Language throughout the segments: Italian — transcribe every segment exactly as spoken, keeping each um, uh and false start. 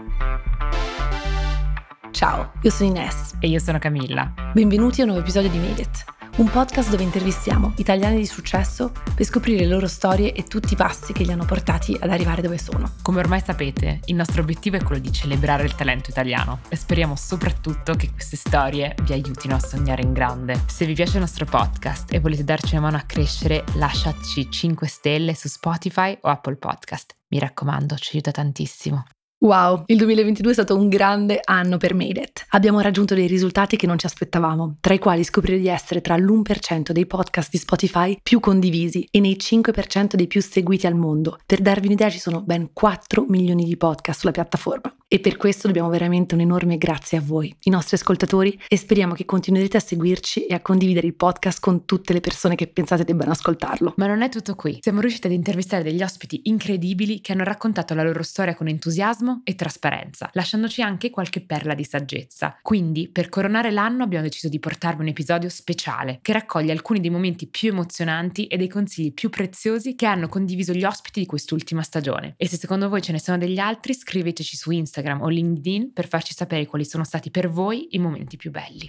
Ciao, io sono Ines. E io sono Camilla. Benvenuti a un nuovo episodio di Made It, un podcast dove intervistiamo italiani di successo per scoprire le loro storie e tutti i passi che li hanno portati ad arrivare dove sono. Come ormai sapete, il nostro obiettivo è quello di celebrare il talento italiano e speriamo soprattutto che queste storie vi aiutino a sognare in grande. Se vi piace il nostro podcast e volete darci una mano a crescere, lasciateci cinque stelle su Spotify o Apple Podcast. Mi raccomando, ci aiuta tantissimo. Wow, il duemilaventidue è stato un grande anno per Made It. Abbiamo raggiunto dei risultati che non ci aspettavamo, tra i quali scoprire di essere tra l'uno per cento dei podcast di Spotify più condivisi e nei cinque per cento dei più seguiti al mondo. Per darvi un'idea ci sono ben quattro milioni di podcast sulla piattaforma. E per questo dobbiamo veramente un enorme grazie a voi, i nostri ascoltatori, e speriamo che continuerete a seguirci e a condividere il podcast con tutte le persone che pensate debbano ascoltarlo. Ma non è tutto qui. Siamo riusciti ad intervistare degli ospiti incredibili che hanno raccontato la loro storia con entusiasmo e trasparenza, lasciandoci anche qualche perla di saggezza. Quindi, per coronare l'anno abbiamo deciso di portarvi un episodio speciale che raccoglie alcuni dei momenti più emozionanti e dei consigli più preziosi che hanno condiviso gli ospiti di quest'ultima stagione. E se secondo voi ce ne sono degli altri, scriveteci su Instagram o LinkedIn per farci sapere quali sono stati per voi i momenti più belli.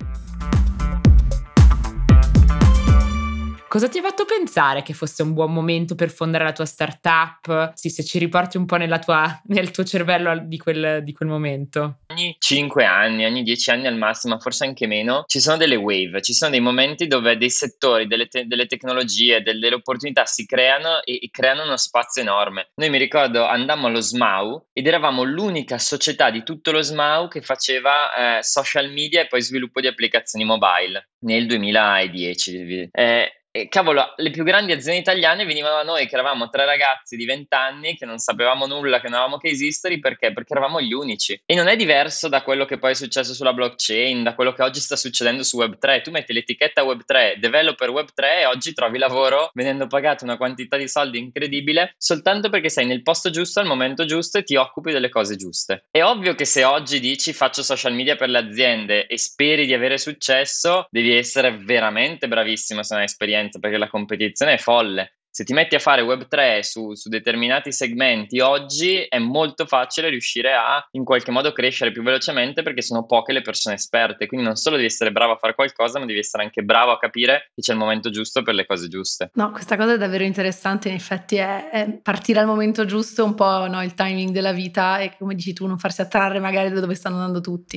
Cosa ti ha fatto pensare che fosse un buon momento per fondare la tua startup? Sì, se ci riporti un po' nella tua, nel tuo cervello di quel, di quel momento. Ogni cinque anni, ogni dieci anni al massimo, forse anche meno, ci sono delle wave, ci sono dei momenti dove dei settori, delle, te- delle tecnologie, delle, delle opportunità si creano e, e creano uno spazio enorme. Noi mi ricordo andammo allo S M A U ed eravamo l'unica società di tutto lo S M A U che faceva eh, social media e poi sviluppo di applicazioni mobile nel duemiladieci. Eh, E cavolo, le più grandi aziende italiane venivano da noi che eravamo tre ragazzi di venti anni che non sapevamo nulla, che non avevamo che esistere, perché? Perché eravamo gli unici. E non è diverso da quello che poi è successo sulla blockchain, da quello che oggi sta succedendo su web tre. Tu metti l'etichetta web tre, developer web tre e oggi trovi lavoro venendo pagato una quantità di soldi incredibile soltanto perché sei nel posto giusto al momento giusto e ti occupi delle cose giuste. È ovvio che se oggi dici faccio social media per le aziende e speri di avere successo, devi essere veramente bravissimo se non hai esperienza, perché la competizione è folle. Se ti metti a fare web tre su, su determinati segmenti oggi è molto facile riuscire a in qualche modo crescere più velocemente perché sono poche le persone esperte, quindi non solo devi essere bravo a fare qualcosa ma devi essere anche bravo a capire che c'è il momento giusto per le cose giuste. No, questa cosa è davvero interessante, in effetti è, è partire al momento giusto, un po', no, il timing della vita e, come dici tu, non farsi attrarre magari da dove stanno andando tutti.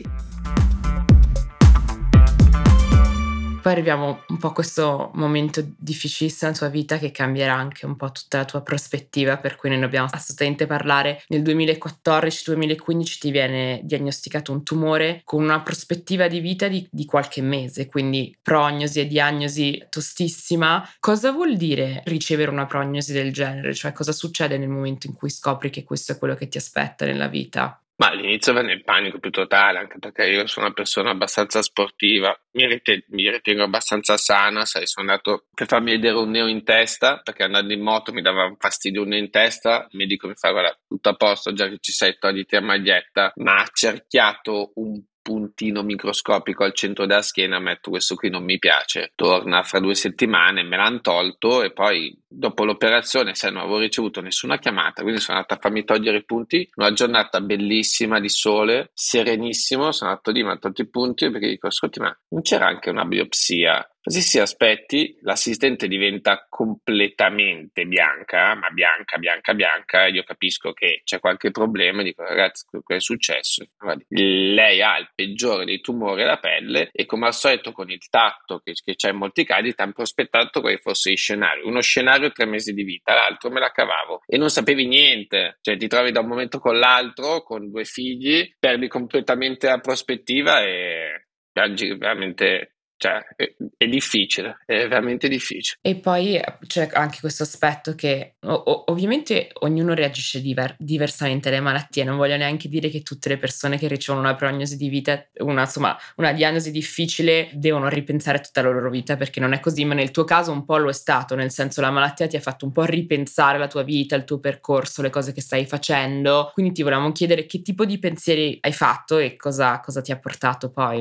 Poi arriviamo un po' a questo momento difficilissimo nella tua vita che cambierà anche un po' tutta la tua prospettiva, per cui noi ne dobbiamo assolutamente parlare. Nel duemilaquattordici duemilaquindici ti viene diagnosticato un tumore con una prospettiva di vita di, di qualche mese, quindi prognosi e diagnosi tostissima. Cosa vuol dire ricevere una prognosi del genere? Cioè, cosa succede nel momento in cui scopri che questo è quello che ti aspetta nella vita? Ma all'inizio venne il panico più totale, anche perché io sono una persona abbastanza sportiva, mi, riten- mi ritengo abbastanza sana, sai, sono andato per farmi vedere un neo in testa, perché andando in moto mi dava fastidio un neo in testa, il medico mi fa guarda, tutto a posto, già che ci sei, togliti la maglietta, ma ha cerchiato un puntino microscopico al centro della schiena, metto questo qui non mi piace, torna fra due settimane, me l'hanno tolto e poi dopo l'operazione sai non avevo ricevuto nessuna chiamata, quindi sono andato a farmi togliere i punti, una giornata bellissima di sole, serenissimo, sono andato lì, mi hanno tolto i punti perché dico ascolti ma non c'era anche una biopsia? Così si aspetti, l'assistente diventa completamente bianca, ma bianca, bianca, bianca, io capisco che c'è qualche problema, dico ragazzi, che è successo? Guardi, lei ha il peggiore dei tumori alla pelle e come al solito con il tatto che, che c'è in molti casi ti hanno prospettato quali fossero i scenari, uno scenario tre mesi di vita, l'altro me la cavavo e non sapevi niente, cioè ti trovi da un momento con l'altro, con due figli, perdi completamente la prospettiva e piangi veramente. Cioè, è, è difficile, è veramente difficile. E poi c'è anche questo aspetto che o- o- ovviamente ognuno reagisce diver- diversamente alle malattie, non voglio neanche dire che tutte le persone che ricevono una prognosi di vita, una, insomma, una diagnosi difficile devono ripensare tutta la loro vita, perché non è così, ma nel tuo caso un po' lo è stato, nel senso la malattia ti ha fatto un po' ripensare la tua vita, il tuo percorso, le cose che stai facendo, quindi ti volevamo chiedere che tipo di pensieri hai fatto e cosa, cosa ti ha portato poi.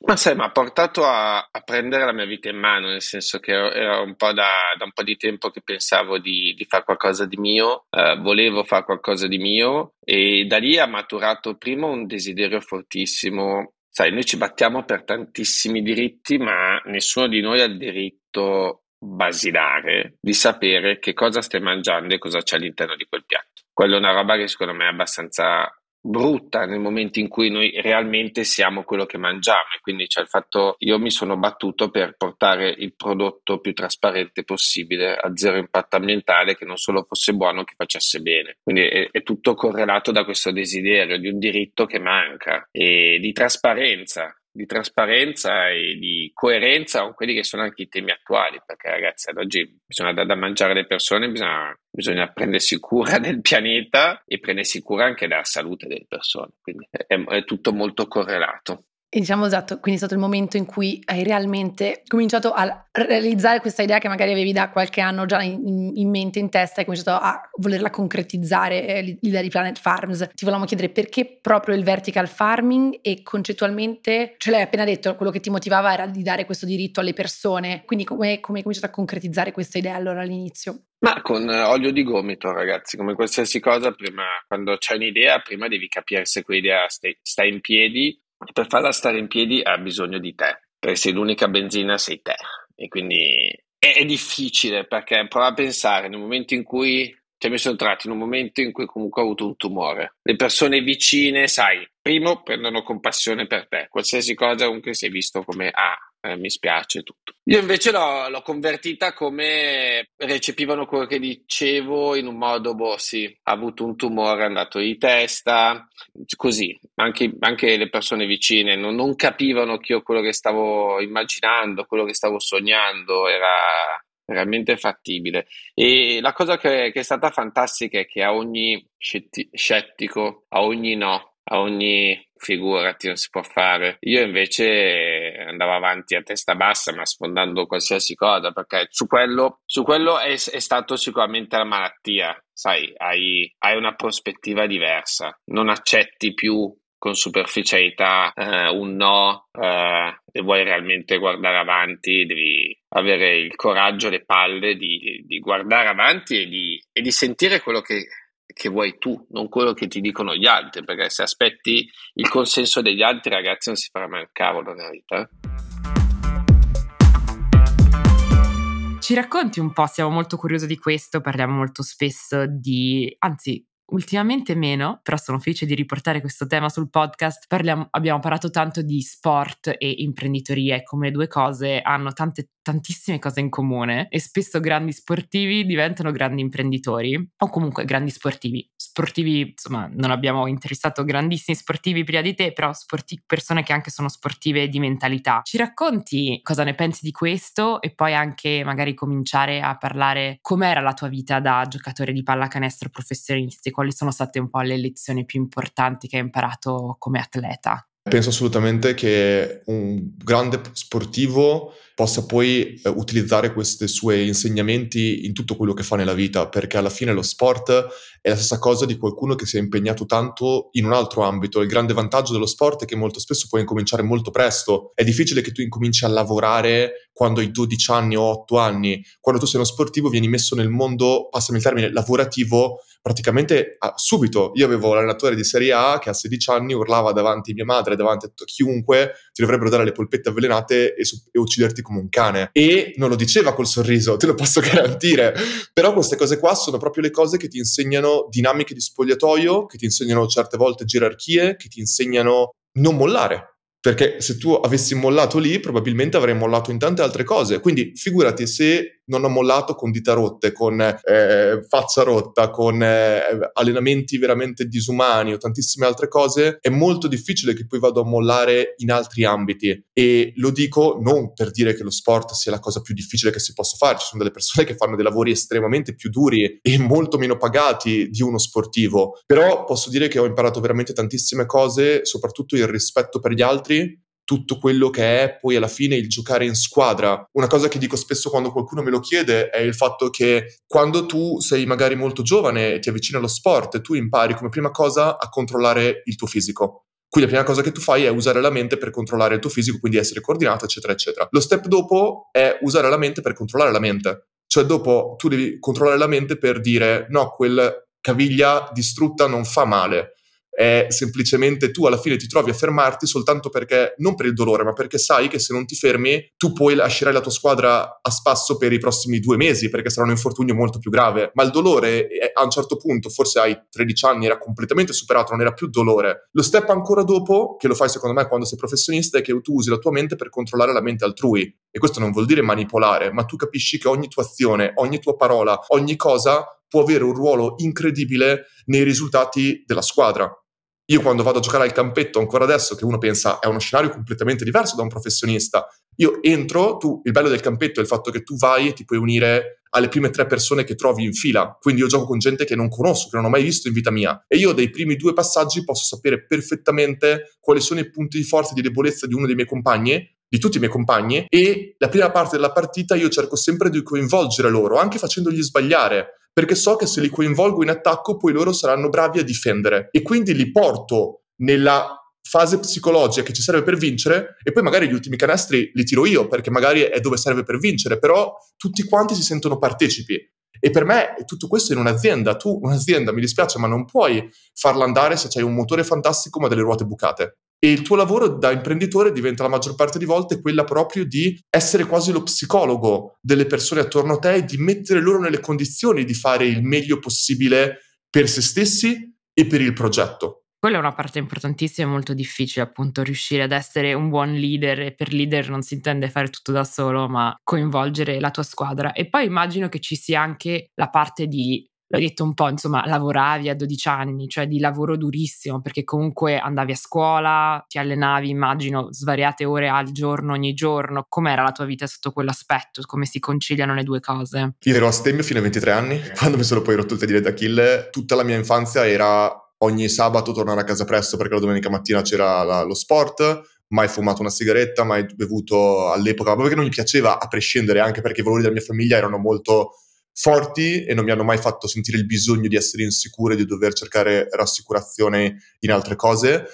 Ma sai, mi ha portato a, a prendere la mia vita in mano, nel senso che era un po' da, da un po' di tempo che pensavo di, di fare qualcosa di mio, eh, volevo fare qualcosa di mio e da lì ha maturato prima un desiderio fortissimo. Sai, noi ci battiamo per tantissimi diritti, ma nessuno di noi ha il diritto basilare di sapere che cosa stai mangiando e cosa c'è all'interno di quel piatto. Quello è una roba che secondo me è abbastanza brutta nel momento in cui noi realmente siamo quello che mangiamo, e quindi c'è il fatto, io mi sono battuto per portare il prodotto più trasparente possibile, a zero impatto ambientale, che non solo fosse buono, che facesse bene. Quindi è, è tutto correlato da questo desiderio di un diritto che manca e di trasparenza di trasparenza e di coerenza con quelli che sono anche i temi attuali, perché ragazzi ad oggi bisogna dare da mangiare alle persone, bisogna, bisogna prendersi cura del pianeta e prendersi cura anche della salute delle persone, quindi è, è tutto molto correlato. E diciamo esatto, quindi è stato il momento in cui hai realmente cominciato a realizzare questa idea che magari avevi da qualche anno già in, in mente, in testa, e hai cominciato a volerla concretizzare, eh, l'idea di Planet Farms. Ti volevamo chiedere perché proprio il vertical farming, e concettualmente, ce l'hai appena detto, quello che ti motivava era di dare questo diritto alle persone, quindi come, come hai cominciato a concretizzare questa idea allora all'inizio? Ma con eh, olio di gomito, ragazzi, come qualsiasi cosa, prima, quando c'è un'idea, prima devi capire se quell'idea stai, sta in piedi. Per farla stare in piedi ha bisogno di te, perché sei l'unica benzina, sei te. E quindi è, è difficile, perché prova a pensare nel momento in cui, cioè mi sono trovato in un momento in cui comunque ho avuto un tumore. Le persone vicine, sai, primo prendono compassione per te, qualsiasi cosa comunque sei visto come ah, eh, mi spiace tutto. Io invece l'ho, l'ho convertita come recepivano quello che dicevo in un modo, boh sì, ha avuto un tumore, è andato di testa, così. Anche, anche le persone vicine non, non capivano che io quello che stavo immaginando, quello che stavo sognando era realmente fattibile. E la cosa che, che è stata fantastica è che a ogni scetti- scettico, a ogni no, a ogni figurati non si può fare, io invece andavo avanti a testa bassa, ma sfondando qualsiasi cosa, perché su quello, su quello è, è stato sicuramente la malattia, sai, hai, hai una prospettiva diversa, non accetti più con superficialità eh, un no, eh, e vuoi realmente guardare avanti, devi avere il coraggio, le palle di, di guardare avanti e di, e di sentire quello che che vuoi tu, non quello che ti dicono gli altri, perché se aspetti il consenso degli altri, ragazzi, non si farà mai un cavolo nella vita. Ci racconti un po', siamo molto curiosi di questo, parliamo molto spesso di, anzi ultimamente meno, però sono felice di riportare questo tema sul podcast. Parliamo, abbiamo parlato tanto di sport e imprenditoria e come le due cose hanno tante tantissime cose in comune, e spesso grandi sportivi diventano grandi imprenditori, o comunque grandi sportivi. Sportivi, insomma, non abbiamo intervistato grandissimi sportivi prima di te, però sporti- persone che anche sono sportive di mentalità. Ci racconti cosa ne pensi di questo, e poi anche magari cominciare a parlare com'era la tua vita da giocatore di pallacanestro professionista, quali sono state un po' le lezioni più importanti che hai imparato come atleta? Penso assolutamente che un grande sportivo possa poi eh, utilizzare questi suoi insegnamenti in tutto quello che fa nella vita, perché alla fine lo sport è la stessa cosa di qualcuno che si è impegnato tanto in un altro ambito. Il grande vantaggio dello sport è che molto spesso puoi incominciare molto presto. È difficile che tu incominci a lavorare quando hai dodici anni o otto anni. Quando tu sei uno sportivo vieni messo nel mondo, passami il termine, lavorativo praticamente ah, subito. Io avevo l'allenatore di Serie A che a sedici anni urlava davanti a mia madre, davanti a chiunque, ti dovrebbero dare le polpette avvelenate e, su- e ucciderti come un cane. E non lo diceva col sorriso, te lo posso garantire. Però queste cose qua sono proprio le cose che ti insegnano dinamiche di spogliatoio, che ti insegnano certe volte gerarchie, che ti insegnano non mollare. Perché se tu avessi mollato lì, probabilmente avrei mollato in tante altre cose. Quindi figurati se non ho mollato con dita rotte, con eh, faccia rotta, con eh, allenamenti veramente disumani o tantissime altre cose, è molto difficile che poi vado a mollare in altri ambiti. E lo dico non per dire che lo sport sia la cosa più difficile che si possa fare. Ci sono delle persone che fanno dei lavori estremamente più duri e molto meno pagati di uno sportivo. Però posso dire che ho imparato veramente tantissime cose, soprattutto il rispetto per gli altri, tutto quello che è poi alla fine il giocare in squadra. Una cosa che dico spesso quando qualcuno me lo chiede è il fatto che quando tu sei magari molto giovane e ti avvicini allo sport, tu impari come prima cosa a controllare il tuo fisico. Quindi la prima cosa che tu fai è usare la mente per controllare il tuo fisico, quindi essere coordinato, eccetera, eccetera. Lo step dopo è usare la mente per controllare la mente. Cioè dopo tu devi controllare la mente per dire no, quel caviglia distrutta non fa male. È semplicemente tu alla fine ti trovi a fermarti soltanto perché, non per il dolore, ma perché sai che se non ti fermi tu poi lascerai la tua squadra a spasso per i prossimi due mesi perché sarà un infortunio molto più grave. Ma il dolore è, a un certo punto, forse hai tredici anni, era completamente superato, non era più dolore. Lo step ancora dopo, che lo fai secondo me quando sei professionista, è che tu usi la tua mente per controllare la mente altrui. E questo non vuol dire manipolare, ma tu capisci che ogni tua azione, ogni tua parola, ogni cosa può avere un ruolo incredibile nei risultati della squadra. Io quando vado a giocare al campetto, ancora adesso, che uno pensa è uno scenario completamente diverso da un professionista, io entro, tu, il bello del campetto è il fatto che tu vai e ti puoi unire alle prime tre persone che trovi in fila, quindi io gioco con gente che non conosco, che non ho mai visto in vita mia, e io dai primi due passaggi posso sapere perfettamente quali sono i punti di forza e di debolezza di uno dei miei compagni, di tutti i miei compagni, e la prima parte della partita io cerco sempre di coinvolgere loro, anche facendogli sbagliare, perché so che se li coinvolgo in attacco poi loro saranno bravi a difendere e quindi li porto nella fase psicologica che ci serve per vincere e poi magari gli ultimi canestri li tiro io perché magari è dove serve per vincere, però tutti quanti si sentono partecipi. E per me tutto questo in un'azienda, tu un'azienda, mi dispiace, ma non puoi farla andare se c'hai un motore fantastico ma delle ruote bucate. E il tuo lavoro da imprenditore diventa la maggior parte di volte quella proprio di essere quasi lo psicologo delle persone attorno a te e di mettere loro nelle condizioni di fare il meglio possibile per se stessi e per il progetto. Quella è una parte importantissima e molto difficile, appunto, riuscire ad essere un buon leader, e per leader non si intende fare tutto da solo, ma coinvolgere la tua squadra. E poi immagino che ci sia anche la parte di, l'ho detto un po', insomma, lavoravi a dodici anni, cioè di lavoro durissimo, perché comunque andavi a scuola, ti allenavi, immagino, svariate ore al giorno, ogni giorno. Com'era la tua vita sotto quell'aspetto? Come si conciliano le due cose? Io ero a Stemio fino ai ventitré anni, quando mi sono poi rotto il tendine d'Achille. Tutta la mia infanzia era ogni sabato tornare a casa presto perché la domenica mattina c'era la, lo sport, mai fumato una sigaretta, mai bevuto all'epoca, proprio perché non mi piaceva, a prescindere, anche perché i valori della mia famiglia erano molto forti e non mi hanno mai fatto sentire il bisogno di essere insicuro e di dover cercare rassicurazione in altre cose.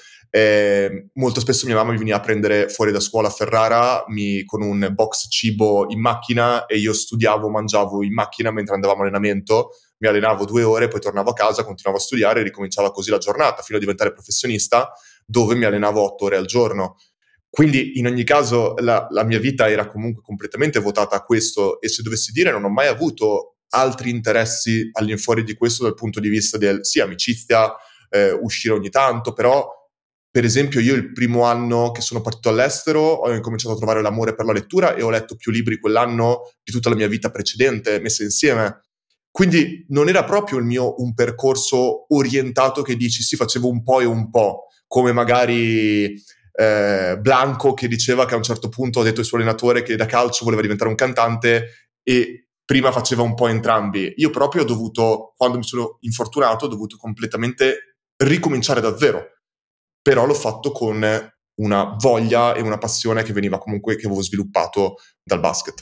Eh, molto spesso mia mamma mi veniva a prendere fuori da scuola a Ferrara mi, con un box cibo in macchina e io studiavo, mangiavo in macchina mentre andavamo a allenamento, mi allenavo due ore, poi tornavo a casa, continuavo a studiare e ricominciava così la giornata fino a diventare professionista, dove mi allenavo otto ore al giorno. Quindi in ogni caso la, la mia vita era comunque completamente votata a questo e se dovessi dire non ho mai avuto altri interessi all'infuori di questo dal punto di vista del sì, amicizia, eh, uscire ogni tanto, però per esempio io il primo anno che sono partito all'estero ho incominciato a trovare l'amore per la lettura e ho letto più libri quell'anno di tutta la mia vita precedente messa insieme. Quindi non era proprio il mio un percorso orientato che dici sì, facevo un po' e un po', come magari eh, Blanco che diceva che a un certo punto ha detto al suo allenatore che da calcio voleva diventare un cantante e prima faceva un po' entrambi. Io proprio ho dovuto, quando mi sono infortunato, ho dovuto completamente ricominciare da zero, però l'ho fatto con una voglia e una passione che veniva comunque, che avevo sviluppato dal basket.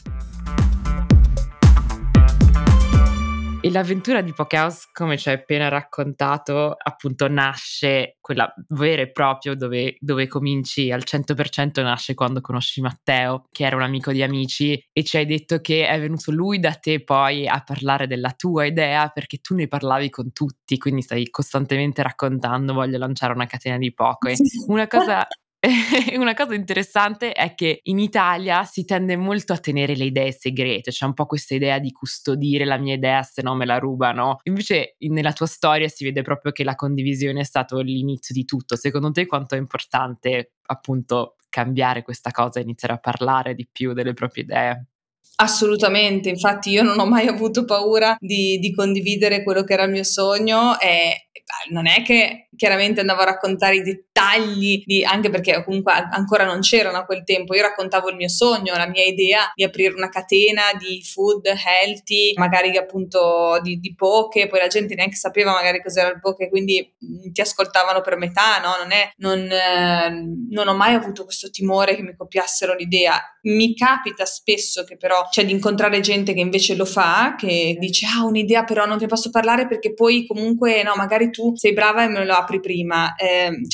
E l'avventura di Pokehouse, come ci hai appena raccontato, appunto nasce, quella vera e propria dove, dove cominci al cento per cento, nasce quando conosci Matteo, che era un amico di amici, e ci hai detto che è venuto lui da te poi a parlare della tua idea perché tu ne parlavi con tutti, quindi stai costantemente raccontando voglio lanciare una catena di Poke. Una cosa... Una cosa interessante è che in Italia si tende molto a tenere le idee segrete, c'è un po' questa idea di custodire la mia idea se no me la rubano. Invece nella tua storia si vede proprio che la condivisione è stato l'inizio di tutto. Secondo te quanto è importante appunto cambiare questa cosa e iniziare a parlare di più delle proprie idee? Assolutamente, infatti io non ho mai avuto paura di, di condividere quello che era il mio sogno e non è che chiaramente andavo a raccontare i dettagli, di, anche perché comunque ancora non c'erano a quel tempo, io raccontavo il mio sogno, la mia idea di aprire una catena di food healthy, magari appunto di, di poke, poi la gente neanche sapeva magari cos'era il poke, quindi mh, ti ascoltavano per metà, no? Non è, non, eh, non ho mai avuto questo timore che mi copiassero l'idea. Mi capita spesso che però c'è di incontrare gente che invece lo fa, che dice ah un'idea però non te posso parlare perché poi comunque no magari tu sei brava e me lo apri prima, eh, cioè no,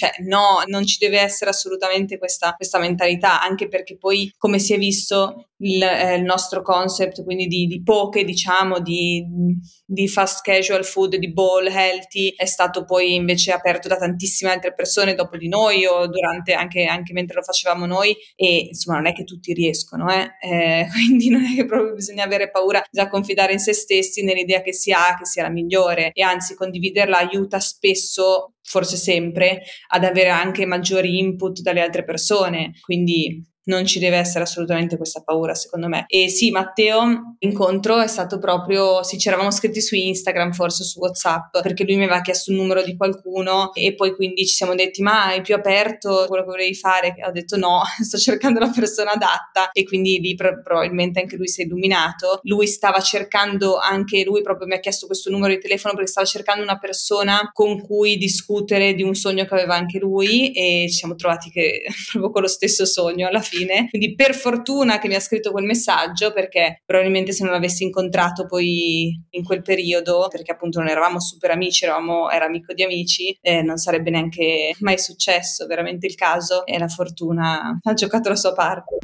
no, non ci deve essere assolutamente questa, questa mentalità, anche perché poi, come si è visto, il, eh, il nostro concept, quindi di, di poke, diciamo, di, di fast casual food, di bowl healthy, è stato poi invece aperto da tantissime altre persone dopo di noi o durante anche, anche mentre lo facevamo noi, e insomma non è che tutti riescono, eh? Eh, quindi non è che proprio bisogna avere paura, bisogna confidare in se stessi, nell'idea che si ha, che sia la migliore, e anzi condividerla aiuta spesso, forse sempre, ad avere anche maggiori input dalle altre persone, quindi non ci deve essere assolutamente questa paura, secondo me. E sì, Matteo, l'incontro è stato proprio, sì, ci eravamo scritti su Instagram, forse su WhatsApp, perché lui mi aveva chiesto un numero di qualcuno e poi quindi ci siamo detti: ma hai più aperto quello che volevi fare? Ho detto no, sto cercando la persona adatta, e quindi lì pro- probabilmente anche lui si è illuminato. Lui stava cercando, anche lui proprio mi ha chiesto questo numero di telefono perché stava cercando una persona con cui discutere di un sogno che aveva anche lui, e ci siamo trovati che proprio con lo stesso sogno alla fine. Quindi per fortuna che mi ha scritto quel messaggio, perché probabilmente se non l'avessi incontrato poi in quel periodo, perché appunto non eravamo super amici, eravamo, era amico di amici, eh, non sarebbe neanche mai successo veramente il caso, e la fortuna ha giocato la sua parte.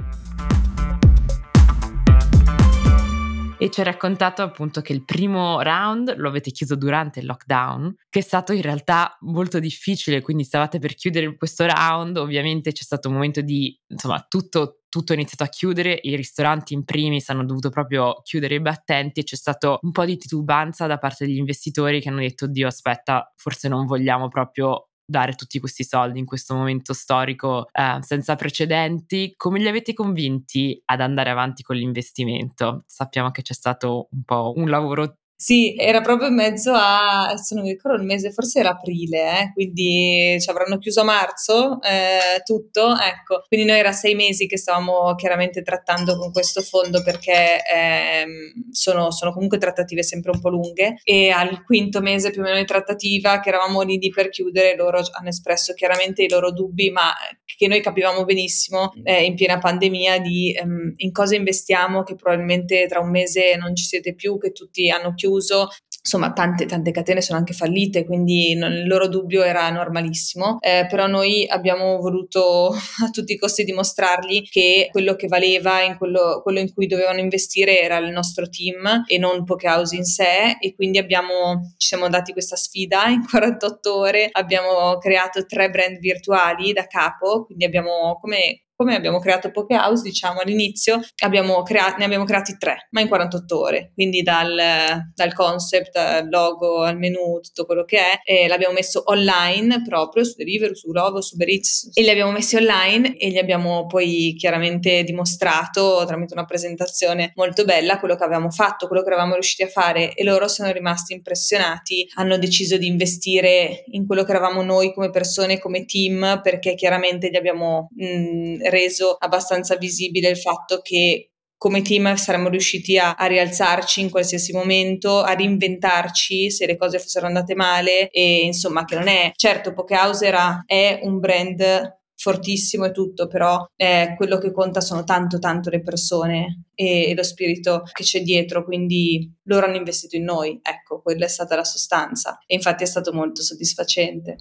E ci ha raccontato appunto che il primo round lo avete chiuso durante il lockdown, che è stato in realtà molto difficile, quindi stavate per chiudere questo round, ovviamente c'è stato un momento di, insomma, tutto, tutto è iniziato a chiudere, i ristoranti in primis hanno dovuto proprio chiudere i battenti e c'è stato un po' di titubanza da parte degli investitori che hanno detto: Dio, aspetta, forse non vogliamo proprio dare tutti questi soldi in questo momento storico eh, senza precedenti. Come li avete convinti ad andare avanti con l'investimento? Sappiamo che c'è stato un po' un lavoro. Sì, era proprio in mezzo a, adesso non mi ricordo il mese, forse era aprile, eh, quindi ci avranno chiuso a marzo eh, tutto, ecco. Quindi noi era sei mesi che stavamo chiaramente trattando con questo fondo, perché ehm, sono, sono comunque trattative sempre un po' lunghe, e al quinto mese più o meno di trattativa, che eravamo lì lì per chiudere, loro hanno espresso chiaramente i loro dubbi, ma che noi capivamo benissimo eh, in piena pandemia, di ehm, in cosa investiamo, che probabilmente tra un mese non ci siete più, che tutti hanno chiuso. Insomma, tante, tante catene sono anche fallite, quindi non, il loro dubbio era normalissimo, eh, però noi abbiamo voluto a tutti i costi dimostrargli che quello che valeva, in quello, quello in cui dovevano investire, era il nostro team e non Pokehouse in sé, e quindi abbiamo, ci siamo dati questa sfida. In quarantotto ore abbiamo creato tre brand virtuali da capo, quindi abbiamo come... come abbiamo creato Pokehouse, diciamo all'inizio, abbiamo crea- ne abbiamo creati tre, ma in quarantotto ore, quindi dal, dal concept al logo al menu, tutto quello che è, e l'abbiamo messo online proprio su Deliveroo, su Glovo, su Uber Eats, e li abbiamo messi online e gli abbiamo poi chiaramente dimostrato tramite una presentazione molto bella quello che avevamo fatto, quello che eravamo riusciti a fare, e loro sono rimasti impressionati, hanno deciso di investire in quello che eravamo noi come persone, come team, perché chiaramente gli abbiamo mh, reso abbastanza visibile il fatto che come team saremmo riusciti a, a rialzarci in qualsiasi momento, a reinventarci se le cose fossero andate male, e insomma che non è, certo Pokehouse era, è un brand fortissimo e tutto, però eh, quello che conta sono tanto tanto le persone e, e lo spirito che c'è dietro, quindi loro hanno investito in noi, ecco, quella è stata la sostanza, e infatti è stato molto soddisfacente.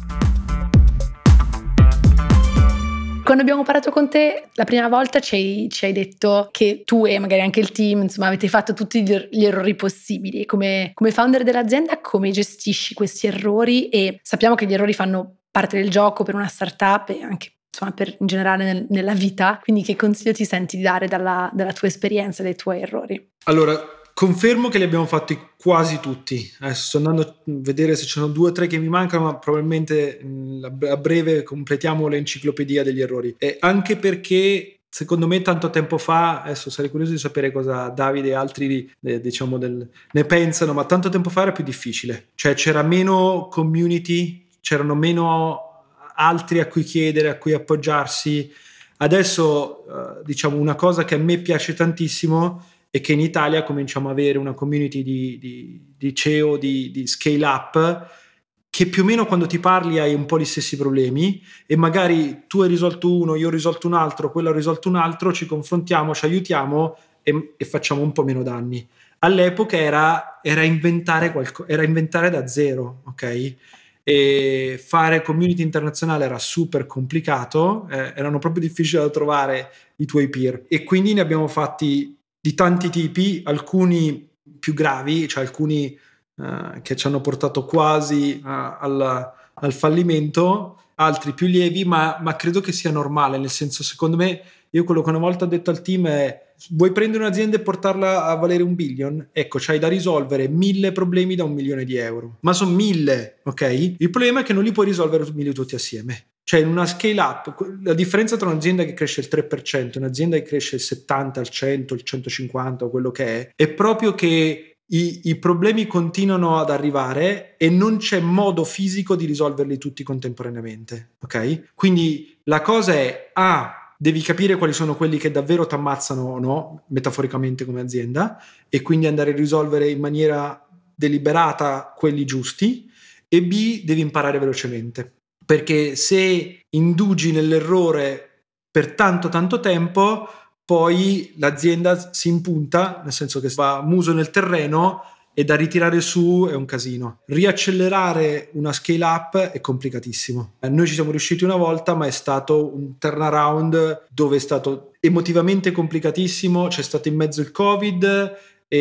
Quando abbiamo parlato con te la prima volta ci hai, ci hai detto che tu e magari anche il team, insomma, avete fatto tutti gli errori possibili. Come, come founder dell'azienda, come gestisci questi errori? E sappiamo che gli errori fanno parte del gioco per una startup e anche, insomma, per, in generale nel, nella vita. Quindi che consiglio ti senti di dare dalla, dalla tua esperienza, dai tuoi errori? Allora, confermo che li abbiamo fatti quasi tutti. Adesso sto andando a vedere se ci sono due o tre che mi mancano, ma probabilmente a breve completiamo l'enciclopedia degli errori. E anche perché, secondo me, tanto tempo fa, adesso sarei curioso di sapere cosa Davide e altri eh, diciamo del, ne pensano, ma tanto tempo fa era più difficile. Cioè c'era meno community, c'erano meno altri a cui chiedere, a cui appoggiarsi. Adesso, eh, diciamo, una cosa che a me piace tantissimo e che in Italia cominciamo ad avere una community di, di, di C E O, di, di scale up, che più o meno quando ti parli hai un po' gli stessi problemi, e magari tu hai risolto uno, io ho risolto un altro, quello ha risolto un altro, ci confrontiamo, ci aiutiamo e, e facciamo un po' meno danni. All'epoca era, era inventare qualcosa, era inventare da zero, ok? e fare community internazionale era super complicato, eh, erano proprio difficili da trovare i tuoi peer, e quindi ne abbiamo fatti di tanti tipi, alcuni più gravi, cioè alcuni uh, che ci hanno portato quasi uh, al, al fallimento, altri più lievi, ma, ma credo che sia normale, nel senso, secondo me, io quello che una volta ho detto al team è: vuoi prendere un'azienda e portarla a valere un billion? Ecco, c'hai da risolvere mille problemi da un milione di euro, ma sono mille, ok? Il problema è che non li puoi risolvere mille tutti assieme. Cioè, in una scale up, la differenza tra un'azienda che cresce il tre per cento e un'azienda che cresce il settanta, il cento, il centocinquanta o quello che è, è proprio che i, i problemi continuano ad arrivare e non c'è modo fisico di risolverli tutti contemporaneamente, ok? Quindi la cosa è: ah, devi capire quali sono quelli che davvero ti ammazzano o no, metaforicamente come azienda, e quindi andare a risolvere in maniera deliberata quelli giusti, e B, devi imparare velocemente. Perché se indugi nell'errore per tanto tanto tempo, poi l'azienda si impunta, nel senso che va muso nel terreno, e da ritirare su è un casino. Riaccelerare una scale up è complicatissimo. Noi ci siamo riusciti una volta, ma è stato un turnaround dove è stato emotivamente complicatissimo, c'è stato in mezzo il Covid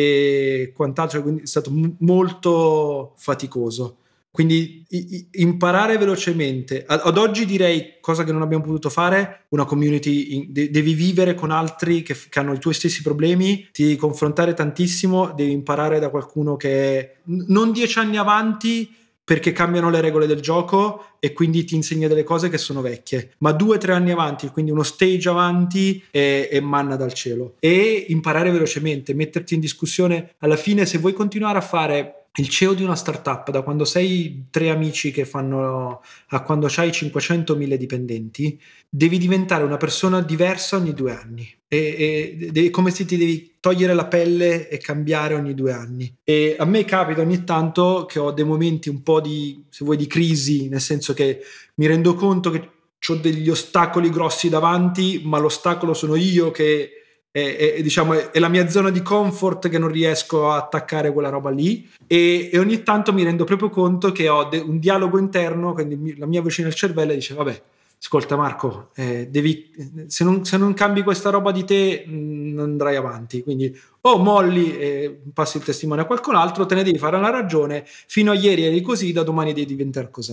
e quant'altro, quindi è stato m- molto faticoso. Quindi i, imparare velocemente. Ad, ad oggi direi, cosa che non abbiamo potuto fare, una community, in, de, devi vivere con altri che, che hanno i tuoi stessi problemi, ti devi confrontare tantissimo, devi imparare da qualcuno che è non dieci anni avanti, perché cambiano le regole del gioco e quindi ti insegna delle cose che sono vecchie, ma due o tre anni avanti, quindi uno stage avanti, e, e manna dal cielo. E imparare velocemente, metterti in discussione. Alla fine, se vuoi continuare a fare il C E O di una startup, da quando sei tre amici che fanno a quando c'hai cinquecentomila dipendenti, devi diventare una persona diversa ogni due anni. E, e, è come se ti devi togliere la pelle e cambiare ogni due anni. E a me capita ogni tanto che ho dei momenti un po' di, se vuoi, di crisi, nel senso che mi rendo conto che ho degli ostacoli grossi davanti, ma l'ostacolo sono io, che È, è, diciamo, è, è la mia zona di comfort, che non riesco a attaccare quella roba lì, e, e ogni tanto mi rendo proprio conto che ho de- un dialogo interno, quindi la mia voce nel cervello dice: vabbè, ascolta Marco, eh, devi, se, non, se non cambi questa roba di te mh, non andrai avanti, quindi o molli e passi il testimone a qualcun altro, te ne devi fare una ragione, fino a ieri eri così, da domani devi diventare così.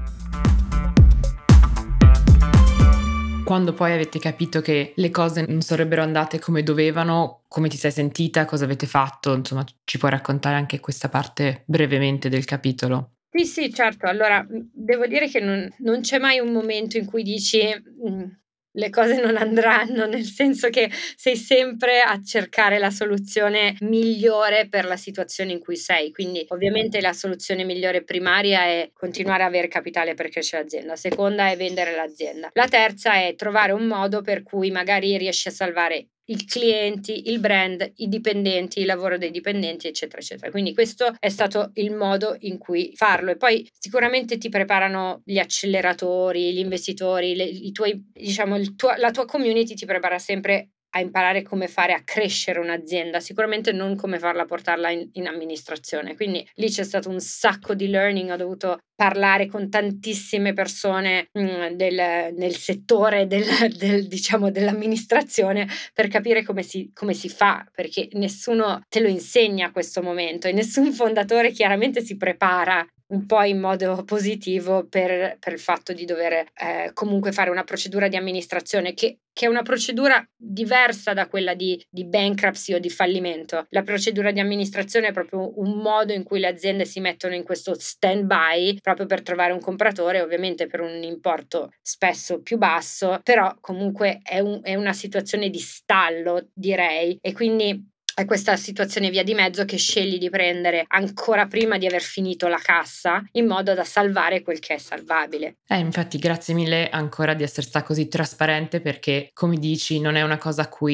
Quando poi avete capito che le cose non sarebbero andate come dovevano, come ti sei sentita, cosa avete fatto? Insomma, ci puoi raccontare anche questa parte brevemente del capitolo? Sì, sì, certo. Allora, devo dire che non, non c'è mai un momento in cui dici mh, le cose non andranno, nel senso che sei sempre a cercare la soluzione migliore per la situazione in cui sei. Quindi ovviamente la soluzione migliore primaria è continuare a avere capitale per crescere l'azienda, la seconda è vendere l'azienda, la terza è trovare un modo per cui magari riesci a salvare i clienti, il brand, i dipendenti, il lavoro dei dipendenti, eccetera, eccetera. Quindi questo è stato il modo in cui farlo. E poi sicuramente ti preparano gli acceleratori, gli investitori, le, i tuoi, diciamo, il tuo, la tua community ti prepara sempre a imparare come fare a crescere un'azienda, sicuramente non come farla portarla in, in amministrazione. Quindi lì c'è stato un sacco di learning, ho dovuto parlare con tantissime persone mh, del, nel settore del, del, diciamo, dell'amministrazione per capire come si, come si fa, perché nessuno te lo insegna a questo momento e nessun fondatore chiaramente si prepara un po' in modo positivo per, per il fatto di dover eh, comunque fare una procedura di amministrazione che, che è una procedura diversa da quella di, di bankruptcy o di fallimento. La procedura di amministrazione è proprio un modo in cui le aziende si mettono in questo stand-by proprio per trovare un compratore, ovviamente per un importo spesso più basso, però comunque è, un, è una situazione di stallo, direi, e quindi è questa situazione via di mezzo che scegli di prendere ancora prima di aver finito la cassa, in modo da salvare quel che è salvabile. Eh, infatti grazie mille ancora di essere stata così trasparente, perché come dici non è una cosa a cui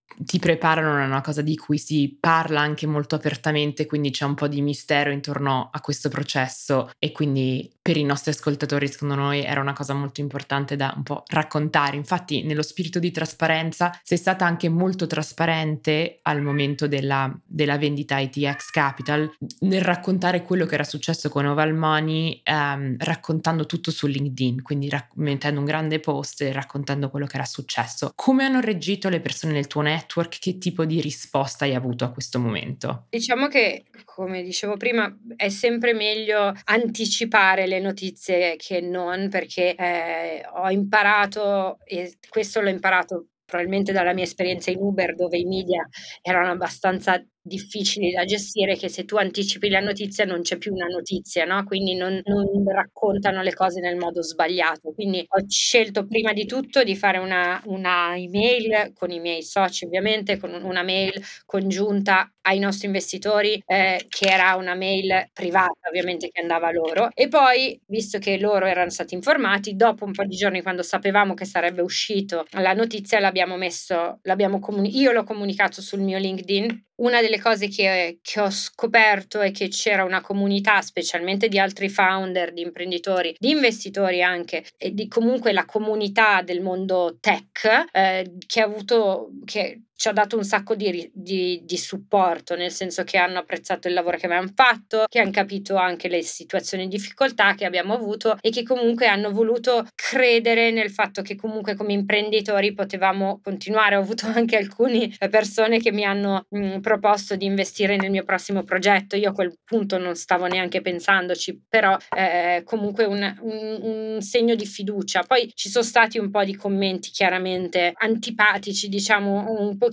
ti preparano, è una cosa di cui si parla anche molto apertamente, quindi c'è un po' di mistero intorno a questo processo e quindi per i nostri ascoltatori secondo noi era una cosa molto importante da un po' raccontare. Infatti nello spirito di trasparenza sei stata anche molto trasparente al momento della, della vendita a I T X Capital nel raccontare quello che era successo con Oval Money, ehm, raccontando tutto su LinkedIn, quindi rac- mettendo un grande post e raccontando quello che era successo. Come hanno reagito le persone nel tuo network? Che tipo di risposta hai avuto a questo momento? Diciamo che, come dicevo prima, è sempre meglio anticipare le notizie che non, perché eh, ho imparato, e questo l'ho imparato probabilmente dalla mia esperienza in Uber, dove i media erano abbastanza difficili da gestire, che se tu anticipi la notizia non c'è più una notizia, no? Quindi non, non raccontano le cose nel modo sbagliato. Quindi ho scelto prima di tutto di fare una, una email con i miei soci, ovviamente, con una mail congiunta ai nostri investitori, eh, che era una mail privata ovviamente che andava a loro, e poi, visto che loro erano stati informati, dopo un po' di giorni, quando sapevamo che sarebbe uscito la notizia, l'abbiamo messo, l'abbiamo comuni- io l'ho comunicato sul mio LinkedIn. Una delle cose che, che ho scoperto è che c'era una comunità, specialmente di altri founder, di imprenditori, di investitori anche, e di comunque la comunità del mondo tech, eh, che ha avuto, che ci ha dato un sacco di, di, di supporto, nel senso che hanno apprezzato il lavoro che abbiamo fatto, che hanno capito anche le situazioni di difficoltà che abbiamo avuto e che comunque hanno voluto credere nel fatto che comunque come imprenditori potevamo continuare. Ho avuto anche alcune persone che mi hanno mh, proposto di investire nel mio prossimo progetto. Io a quel punto non stavo neanche pensandoci, però eh, comunque un, un, un segno di fiducia. Poi ci sono stati un po' di commenti chiaramente antipatici, diciamo un pochino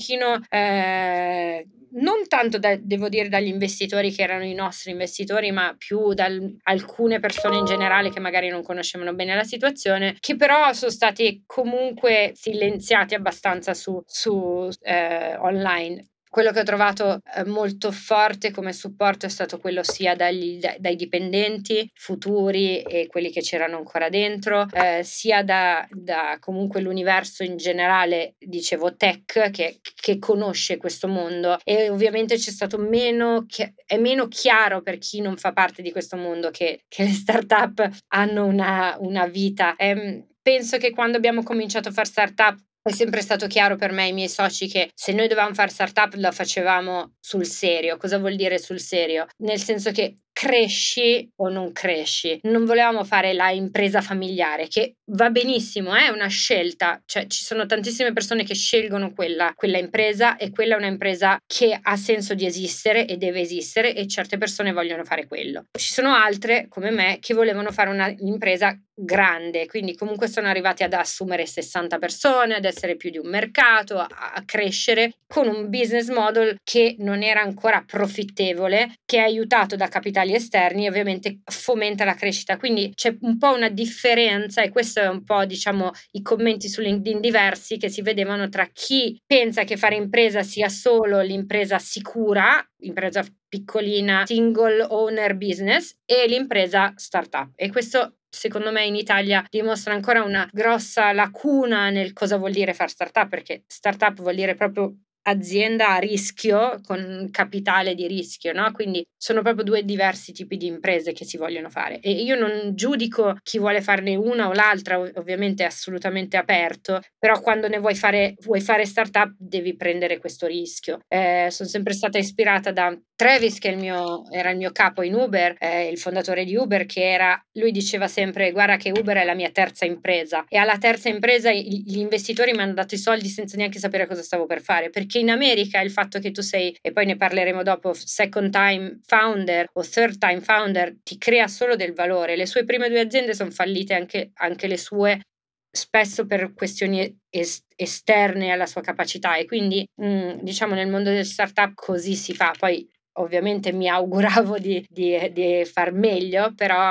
eh, non tanto da, devo dire dagli investitori che erano i nostri investitori, ma più da alcune persone in generale che magari non conoscevano bene la situazione, che però sono stati comunque silenziati abbastanza su, su eh, online. Quello che ho trovato eh, molto forte come supporto è stato quello sia dagli, da, dai dipendenti futuri e quelli che c'erano ancora dentro, eh, sia da, da comunque l'universo in generale, dicevo tech, che, che conosce questo mondo, e ovviamente c'è stato meno, che, è meno chiaro per chi non fa parte di questo mondo che, che le startup hanno una, una vita. E, penso che quando abbiamo cominciato a fare startup è sempre stato chiaro per me e i miei soci che se noi dovevamo fare startup lo facevamo sul serio. Cosa vuol dire sul serio? Nel senso che cresci o non cresci. Non volevamo fare la impresa familiare, che va benissimo, è una scelta, cioè ci sono tantissime persone che scelgono quella, quella impresa, e quella è una impresa che ha senso di esistere e deve esistere, e certe persone vogliono fare quello. Ci sono altre come me che volevano fare una impresa grande, quindi comunque sono arrivati ad assumere sessanta persone, ad essere più di un mercato, a, a crescere con un business model che non era ancora profittevole, che è aiutato da capitali esterni e ovviamente fomenta la crescita. Quindi c'è un po' una differenza, e questo è un po', diciamo, i commenti su LinkedIn diversi che si vedevano tra chi pensa che fare impresa sia solo l'impresa sicura, impresa piccolina, single owner business, e l'impresa startup. E questo secondo me in Italia dimostra ancora una grossa lacuna nel cosa vuol dire fare startup, perché startup vuol dire proprio azienda a rischio con capitale di rischio, no? Quindi sono proprio due diversi tipi di imprese che si vogliono fare, e io non giudico chi vuole farne una o l'altra, ovviamente è assolutamente aperto, però quando ne vuoi fare vuoi fare startup devi prendere questo rischio. Eh, sono sempre stata ispirata da Travis, che è il mio, era il mio capo in Uber, eh, il fondatore di Uber, che era, lui diceva sempre: guarda che Uber è la mia terza impresa, e alla terza impresa gli investitori mi hanno dato i soldi senza neanche sapere cosa stavo per fare, perché in America il fatto che tu sei, e poi ne parleremo dopo, second time founder o third time founder ti crea solo del valore. Le sue prime due aziende sono fallite, anche, anche le sue, spesso per questioni es- esterne alla sua capacità, e quindi mh, diciamo nel mondo del startup così si fa. Poi ovviamente mi auguravo di, di, di far meglio, però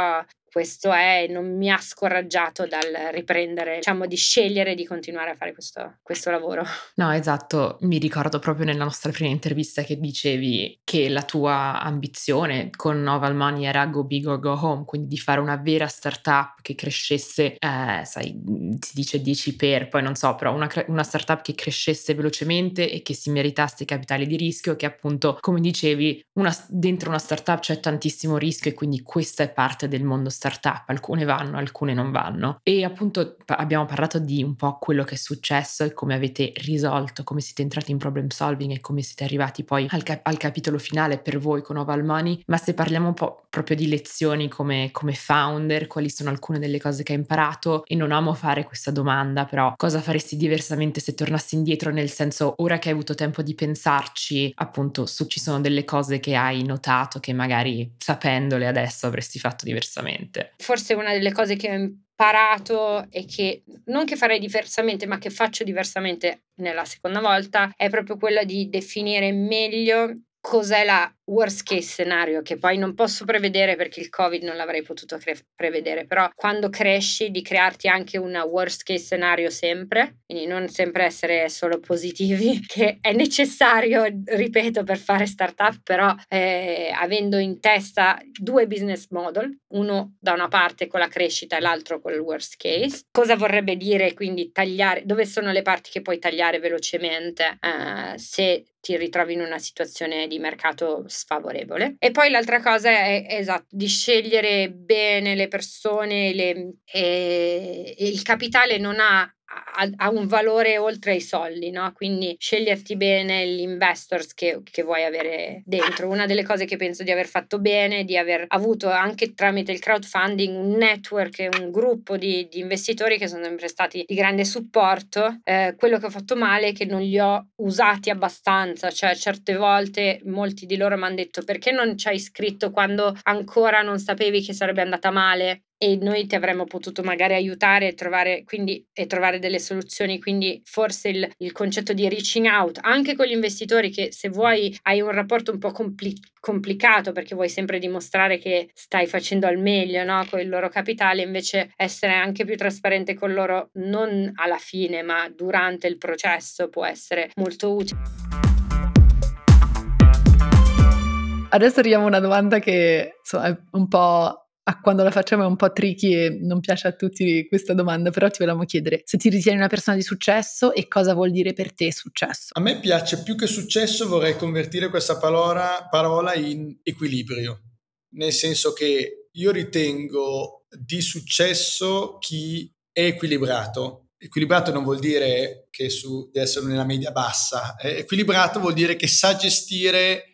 questo è, non mi ha scoraggiato dal riprendere, diciamo, di scegliere di continuare a fare questo, questo lavoro. No, esatto, mi ricordo proprio nella nostra prima intervista che dicevi che la tua ambizione con Noval Money era go big or go home, quindi di fare una vera startup che crescesse, eh, sai, si dice dieci per, poi non so, però una, una startup che crescesse velocemente e che si meritasse capitali di rischio, che appunto, come dicevi, una, dentro una startup c'è tantissimo rischio e quindi questa è parte del mondo startup, alcune vanno, alcune non vanno. E appunto abbiamo parlato di un po' quello che è successo e come avete risolto, come siete entrati in problem solving e come siete arrivati poi al, cap- al capitolo finale per voi con Noval Money, ma se parliamo un po' proprio di lezioni come, come founder, quali sono alcune delle cose che hai imparato? E non amo fare questa domanda, però cosa faresti diversamente se tornassi indietro, nel senso, ora che hai avuto tempo di pensarci, appunto, su ci sono delle cose che hai notato che magari sapendole adesso avresti fatto diversamente? Forse una delle cose che ho imparato e che non che farei diversamente, ma che faccio diversamente nella seconda volta, è proprio quella di definire meglio cos'è la worst case scenario, che poi non posso prevedere perché il Covid non l'avrei potuto cre- prevedere, però quando cresci di crearti anche una worst case scenario sempre, quindi non sempre essere solo positivi, che è necessario, ripeto, per fare startup, però eh, avendo in testa due business model, uno da una parte con la crescita e l'altro con il worst case. Cosa vorrebbe dire quindi tagliare, dove sono le parti che puoi tagliare velocemente eh, se ti ritrovi in una situazione di mercato sfavorevole. E poi l'altra cosa è, è esatto, di scegliere bene le persone, le, e, e il capitale non ha Ha, ha un valore oltre ai soldi, no? Quindi sceglierti bene gli investors che, che vuoi avere dentro. Una delle cose che penso di aver fatto bene, di aver avuto anche tramite il crowdfunding un network, un gruppo di, di investitori che sono sempre stati di grande supporto. Eh, quello che ho fatto male è che non li ho usati abbastanza, cioè certe volte molti di loro mi hanno detto: perché non ci hai iscritto quando ancora non sapevi che sarebbe andata male? E noi ti avremmo potuto magari aiutare e trovare, quindi, e trovare delle soluzioni. Quindi forse il, il concetto di reaching out anche con gli investitori, che se vuoi hai un rapporto un po' compli- complicato perché vuoi sempre dimostrare che stai facendo al meglio, no? Con il loro capitale, invece essere anche più trasparente con loro non alla fine ma durante il processo può essere molto utile. Adesso arriviamo a una domanda che insomma, è un po', a quando la facciamo è un po' tricky e non piace a tutti questa domanda, però ti volevamo chiedere se ti ritieni una persona di successo e cosa vuol dire per te successo. A me piace più che successo, vorrei convertire questa parola, parola in equilibrio, nel senso che io ritengo di successo chi è equilibrato. Equilibrato non vuol dire che su, deve essere nella media bassa, eh, equilibrato vuol dire che sa gestire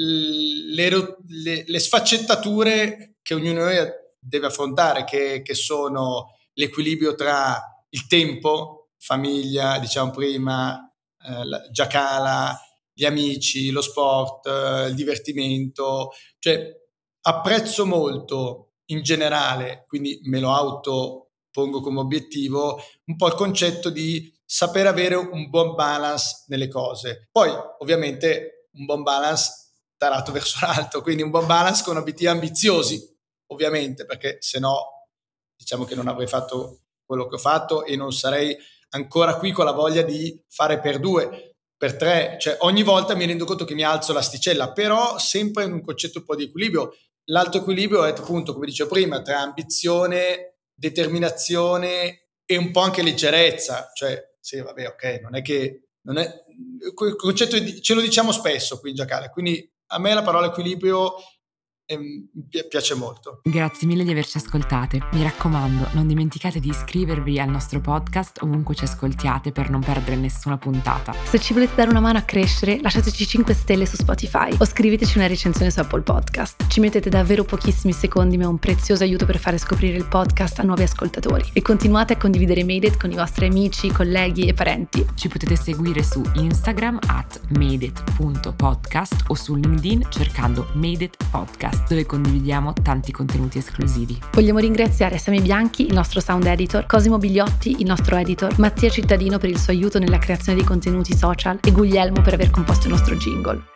le, le, le sfaccettature che ognuno di noi deve affrontare, che, che sono l'equilibrio tra il tempo, famiglia, diciamo prima, eh, la giacala, gli amici, lo sport, eh, il divertimento. Cioè apprezzo molto in generale, quindi me lo autopongo come obiettivo, un po' il concetto di saper avere un buon balance nelle cose. Poi ovviamente un buon balance tarato verso l'alto, quindi un buon balance con obiettivi ambiziosi, ovviamente, perché se no diciamo che non avrei fatto quello che ho fatto e non sarei ancora qui con la voglia di fare per due, per tre, cioè ogni volta mi rendo conto che mi alzo l'asticella, però sempre in un concetto un po' di equilibrio. L'alto equilibrio è appunto, come dicevo prima, tra ambizione, determinazione e un po' anche leggerezza, cioè sì, vabbè, ok, non è che non è il concetto di, ce lo diciamo spesso qui in Giacale, quindi a me la parola equilibrio eh, mi piace molto. Grazie mille di averci ascoltate. Mi raccomando, non dimenticate di iscrivervi al nostro podcast ovunque ci ascoltiate per non perdere nessuna puntata. Se ci volete dare una mano a crescere, lasciateci cinque stelle su Spotify o scriveteci una recensione su Apple Podcast. Ci mettete davvero pochissimi secondi, ma è un prezioso aiuto per fare scoprire il podcast a nuovi ascoltatori. E continuate a condividere Made It con i vostri amici, colleghi e parenti. Ci potete seguire su Instagram at madeit punto podcast o su LinkedIn cercando Made It Podcast, dove condividiamo tanti contenuti esclusivi. Vogliamo ringraziare Sami Bianchi, il nostro sound editor, Cosimo Bigliotti, il nostro editor, Mattia Cittadino per il suo aiuto nella creazione dei contenuti social e Guglielmo per aver composto il nostro jingle.